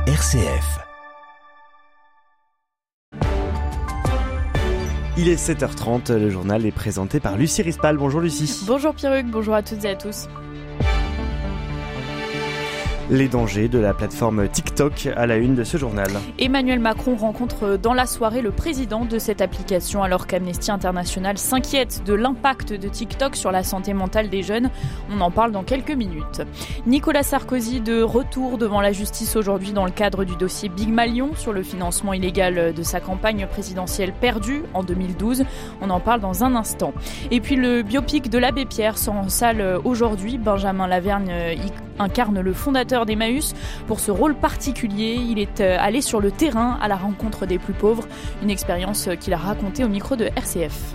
RCF. Il est 7h30, le journal est présenté par Lucie Rispal. Bonjour Lucie. Bonjour Pierruc, bonjour à toutes et à tous. Les dangers de la plateforme TikTok à la une de ce journal. Emmanuel Macron rencontre dans la soirée le président de cette application alors qu'Amnesty International s'inquiète de l'impact de TikTok sur la santé mentale des jeunes. On en parle dans quelques minutes. Nicolas Sarkozy de retour devant la justice aujourd'hui dans le cadre du dossier Big Malion sur le financement illégal de sa campagne présidentielle perdue en 2012. On en parle dans un instant. Et puis le biopic de l'abbé Pierre sort en salle aujourd'hui. Benjamin Lavergne incarne le fondateur d'Emmaüs. Pour ce rôle particulier, il est allé sur le terrain à la rencontre des plus pauvres, une expérience qu'il a racontée au micro de RCF.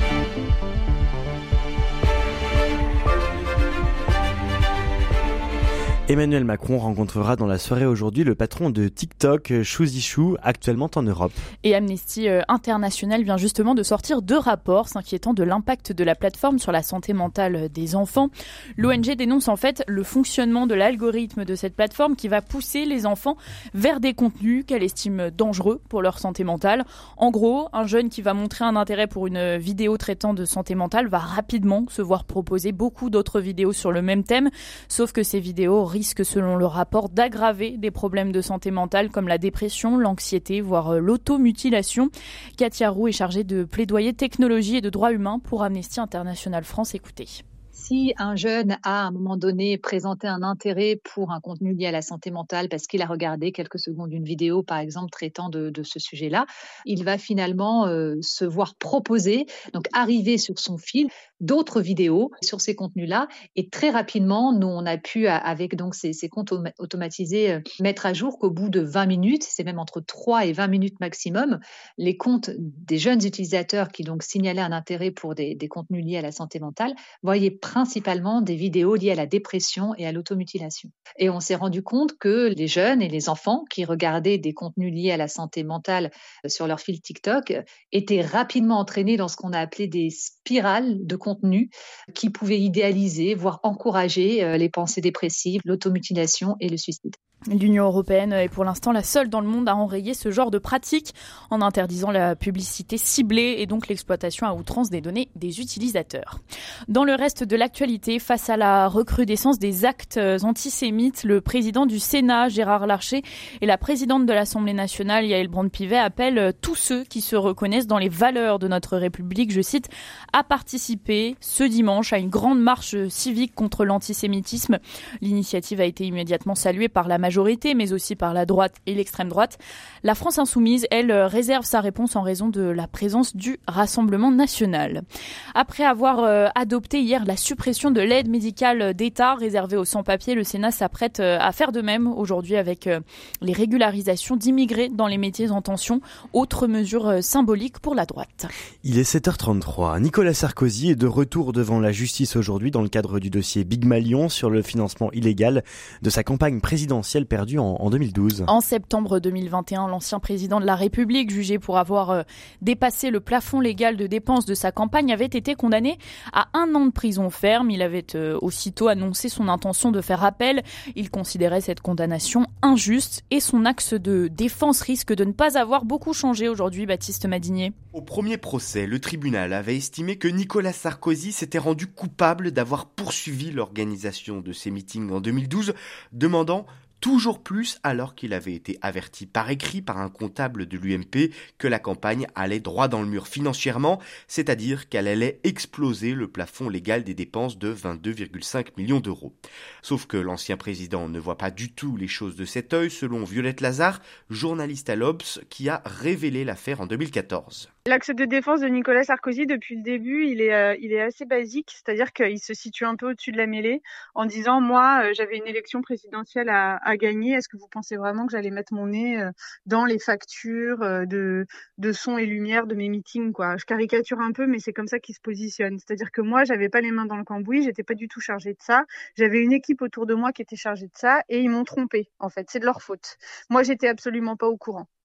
Emmanuel Macron rencontrera dans la soirée aujourd'hui le patron de TikTok, Shou Zi-Chou, actuellement en Europe. Et Amnesty International vient justement de sortir 2 rapports s'inquiétant de l'impact de la plateforme sur la santé mentale des enfants. L'ONG dénonce en fait le fonctionnement de l'algorithme de cette plateforme qui va pousser les enfants vers des contenus qu'elle estime dangereux pour leur santé mentale. En gros, un jeune qui va montrer un intérêt pour une vidéo traitant de santé mentale va rapidement se voir proposer beaucoup d'autres vidéos sur le même thème, sauf que ces vidéos risque, selon le rapport, d'aggraver des problèmes de santé mentale comme la dépression, l'anxiété, voire l'automutilation. Katia Roux est chargée de plaidoyer technologie et de droits humains pour Amnesty International France. Écoutez. Si un jeune a à un moment donné présenté un intérêt pour un contenu lié à la santé mentale parce qu'il a regardé quelques secondes d'une vidéo, par exemple, traitant de ce sujet-là, il va finalement se voir proposer, donc arriver sur son fil, d'autres vidéos sur ces contenus-là. Et très rapidement, nous, on a pu, avec donc ces comptes automatisés, mettre à jour qu'au bout de 20 minutes, c'est même entre 3 et 20 minutes maximum, les comptes des jeunes utilisateurs qui donc signalaient un intérêt pour des contenus liés à la santé mentale voyaient principalement des vidéos liées à la dépression et à l'automutilation. Et on s'est rendu compte que les jeunes et les enfants qui regardaient des contenus liés à la santé mentale sur leur fil TikTok étaient rapidement entraînés dans ce qu'on a appelé des spirales de contenus qui pouvaient idéaliser, voire encourager les pensées dépressives, l'automutilation et le suicide. L'Union européenne est pour l'instant la seule dans le monde à enrayer ce genre de pratique en interdisant la publicité ciblée et donc l'exploitation à outrance des données des utilisateurs. Dans le reste de l'actualité, face à la recrudescence des actes antisémites, le président du Sénat, Gérard Larcher, et la présidente de l'Assemblée nationale, Yaël Braun-Pivet, appellent tous ceux qui se reconnaissent dans les valeurs de notre République, je cite, à participer ce dimanche à une grande marche civique contre l'antisémitisme. L'initiative a été immédiatement saluée par la majorité, mais aussi par la droite et l'extrême droite. La France insoumise, elle, réserve sa réponse en raison de la présence du Rassemblement national. Après avoir adopté hier la suppression de l'aide médicale d'État réservée aux sans-papiers, le Sénat s'apprête à faire de même aujourd'hui avec les régularisations d'immigrés dans les métiers en tension, autre mesure symbolique pour la droite. Il est 7h33. Nicolas Sarkozy est de retour devant la justice aujourd'hui dans le cadre du dossier Big Malion sur le financement illégal de sa campagne présidentielle perdue en 2012. En septembre 2021, l'ancien président de la République, jugé pour avoir dépassé le plafond légal de dépenses de sa campagne, avait été condamné à 1 an de prison ferme. Il avait aussitôt annoncé son intention de faire appel. Il considérait cette condamnation injuste et son axe de défense risque de ne pas avoir beaucoup changé aujourd'hui, Baptiste Madinier. Au premier procès, le tribunal avait estimé que Nicolas Sarkozy s'était rendu coupable d'avoir poursuivi l'organisation de ces meetings en 2012, demandant toujours plus alors qu'il avait été averti par écrit par un comptable de l'UMP que la campagne allait droit dans le mur financièrement, c'est-à-dire qu'elle allait exploser le plafond légal des dépenses de 22,5 millions d'euros. Sauf que l'ancien président ne voit pas du tout les choses de cet œil, selon Violette Lazare, journaliste à l'Obs, qui a révélé l'affaire en 2014. L'axe de défense de Nicolas Sarkozy, depuis le début, il est assez basique, c'est-à-dire qu'il se situe un peu au-dessus de la mêlée en disant « Moi, j'avais une élection présidentielle à gagner, est-ce que vous pensez vraiment que j'allais mettre mon nez dans les factures de son et lumière de mes meetings, quoi ?» Je caricature un peu, mais c'est comme ça qu'il se positionne. C'est-à-dire que moi, j'avais pas les mains dans le cambouis, j'étais pas du tout chargée de ça, j'avais une équipe autour de moi qui était chargée de ça et ils m'ont trompée, en fait, c'est de leur faute. Moi, j'étais absolument pas au courant.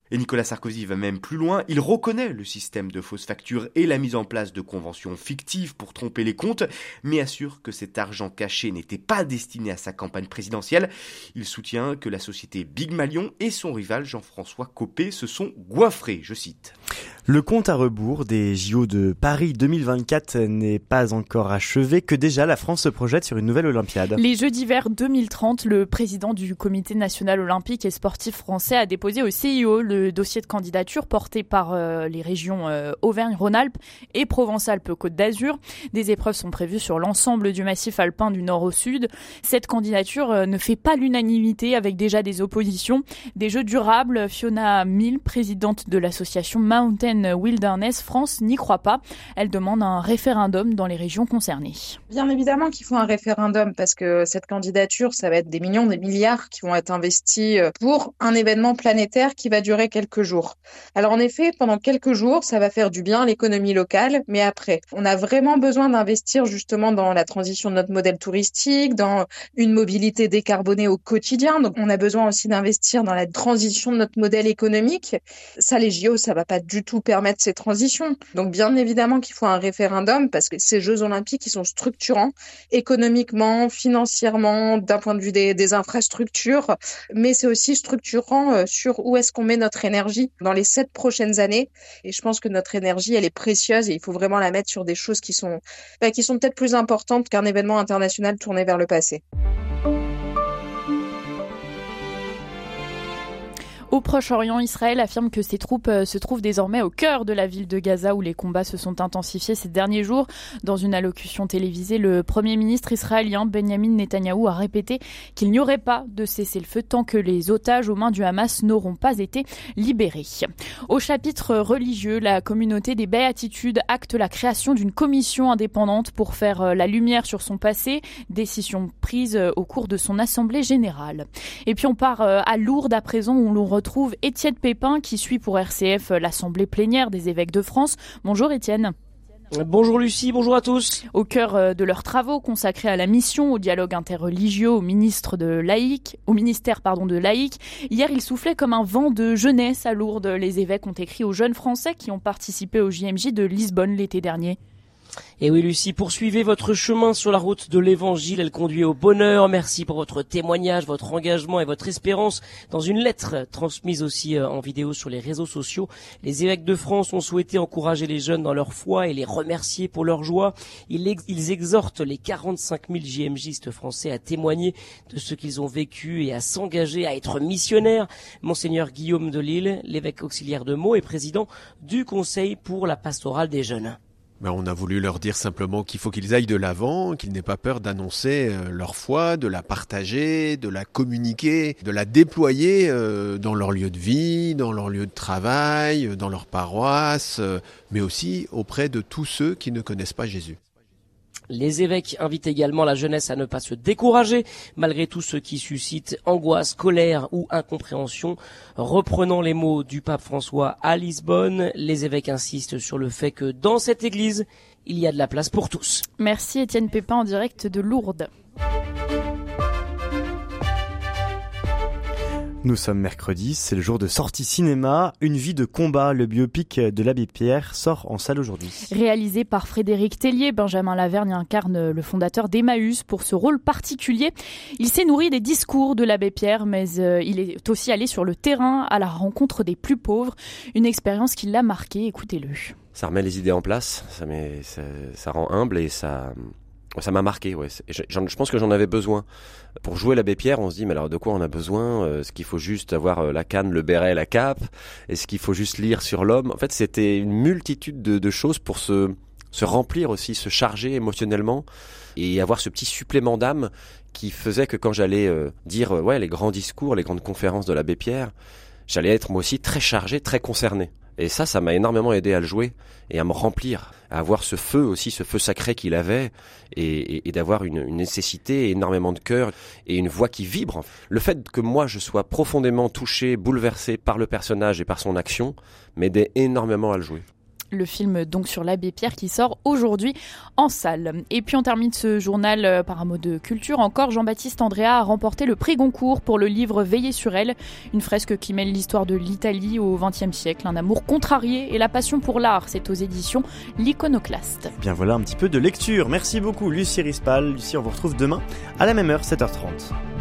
Et Nicolas Sarkozy va même plus loin, il reconnaît le système de fausses factures et la mise en place de conventions fictives pour tromper les comptes, mais assure que cet argent caché n'était pas destiné à sa campagne présidentielle. Il soutient que la société Big-Malion et son rival Jean-François Copé se sont goinfrés, je cite. Le compte à rebours des JO de Paris 2024 n'est pas encore achevé, que déjà la France se projette sur une nouvelle Olympiade. Les Jeux d'hiver 2030, le président du Comité national olympique et sportif français a déposé au CIO le dossier de candidature porté par les régions Auvergne-Rhône-Alpes et Provence-Alpes-Côte d'Azur. Des épreuves sont prévues sur l'ensemble du massif alpin du nord au sud. Cette candidature ne fait pas l'unanimité avec déjà des oppositions. Des Jeux durables, Fiona Mill, présidente de l'association Mountain Wilderness France, n'y croit pas. Elle demande un référendum dans les régions concernées. Bien évidemment qu'il faut un référendum parce que cette candidature, ça va être des millions, des milliards qui vont être investis pour un événement planétaire qui va durer quelques jours. Alors en effet, pendant quelques jours, ça va faire du bien à l'économie locale, mais après, on a vraiment besoin d'investir justement dans la transition de notre modèle touristique, dans une mobilité décarbonée au quotidien. Donc on a besoin aussi d'investir dans la transition de notre modèle économique. Ça, les JO, ça va pas du tout permettre ces transitions. Donc bien évidemment qu'il faut un référendum parce que ces Jeux olympiques, ils sont structurants économiquement, financièrement, d'un point de vue des infrastructures, mais c'est aussi structurant sur où est-ce qu'on met notre énergie dans les 7 prochaines années. Et je pense que notre énergie, elle est précieuse et il faut vraiment la mettre sur des choses qui sont peut-être plus importantes qu'un événement international tourné vers le passé. Au Proche-Orient, Israël affirme que ses troupes se trouvent désormais au cœur de la ville de Gaza où les combats se sont intensifiés ces derniers jours. Dans une allocution télévisée, le Premier ministre israélien Benjamin Netanyahou a répété qu'il n'y aurait pas de cessez-le-feu tant que les otages aux mains du Hamas n'auront pas été libérés. Au chapitre religieux, la communauté des Béatitudes acte la création d'une commission indépendante pour faire la lumière sur son passé, décision prise au cours de son assemblée générale. Et puis on part à Lourdes à présent où l'on retrouve Étienne Pépin qui suit pour RCF l'Assemblée plénière des évêques de France. Bonjour Étienne. Bonjour Lucie, bonjour à tous. Au cœur de leurs travaux consacrés à la mission, au dialogue interreligieux, au ministère de laïque, hier il soufflait comme un vent de jeunesse à Lourdes. Les évêques ont écrit aux jeunes Français qui ont participé au JMJ de Lisbonne l'été dernier. Et oui Lucie, poursuivez votre chemin sur la route de l'évangile, elle conduit au bonheur. Merci pour votre témoignage, votre engagement et votre espérance. Dans une lettre transmise aussi en vidéo sur les réseaux sociaux, les évêques de France ont souhaité encourager les jeunes dans leur foi et les remercier pour leur joie. Ils exhortent les 45 000 JMJistes français à témoigner de ce qu'ils ont vécu et à s'engager à être missionnaires. Monseigneur Guillaume de Lille, l'évêque auxiliaire de Meaux et président du Conseil pour la pastorale des jeunes. On a voulu leur dire simplement qu'il faut qu'ils aillent de l'avant, qu'ils n'aient pas peur d'annoncer leur foi, de la partager, de la communiquer, de la déployer dans leur lieu de vie, dans leur lieu de travail, dans leur paroisse, mais aussi auprès de tous ceux qui ne connaissent pas Jésus. Les évêques invitent également la jeunesse à ne pas se décourager, malgré tout ce qui suscite angoisse, colère ou incompréhension. Reprenant les mots du pape François à Lisbonne, les évêques insistent sur le fait que dans cette église, il y a de la place pour tous. Merci Étienne Pépin en direct de Lourdes. Nous sommes mercredi, c'est le jour de sortie cinéma. Une vie de combat, le biopic de l'abbé Pierre, sort en salle aujourd'hui. Réalisé par Frédéric Tellier, Benjamin Lavergne incarne le fondateur d'Emmaüs pour ce rôle particulier. Il s'est nourri des discours de l'abbé Pierre, mais il est aussi allé sur le terrain à la rencontre des plus pauvres. Une expérience qui l'a marqué, écoutez-le. Ça remet les idées en place, ça rend humble et ça m'a marqué, ouais. Je pense que j'en avais besoin. Pour jouer l'abbé Pierre, on se dit, mais alors de quoi on a besoin ? Est-ce qu'il faut juste avoir la canne, le béret, la cape ? Est-ce qu'il faut juste lire sur l'homme ? En fait, c'était une multitude de choses pour se remplir aussi, se charger émotionnellement et avoir ce petit supplément d'âme qui faisait que quand j'allais dire les grands discours, les grandes conférences de l'abbé Pierre, j'allais être moi aussi très chargé, très concerné. Et ça m'a énormément aidé à le jouer et à me remplir, à avoir ce feu aussi, ce feu sacré qu'il avait et d'avoir une nécessité, énormément de cœur et une voix qui vibre. Le fait que moi je sois profondément touché, bouleversé par le personnage et par son action m'aidait énormément à le jouer. Le film donc sur l'abbé Pierre qui sort aujourd'hui en salle. Et puis on termine ce journal par un mot de culture. Encore, Jean-Baptiste Andréa a remporté le prix Goncourt pour le livre Veiller sur elle, une fresque qui mêle l'histoire de l'Italie au XXe siècle, un amour contrarié et la passion pour l'art. C'est aux éditions L'Iconoclaste. Bien voilà un petit peu de lecture. Merci beaucoup Lucie Rispal. Lucie, on vous retrouve demain à la même heure, 7h30.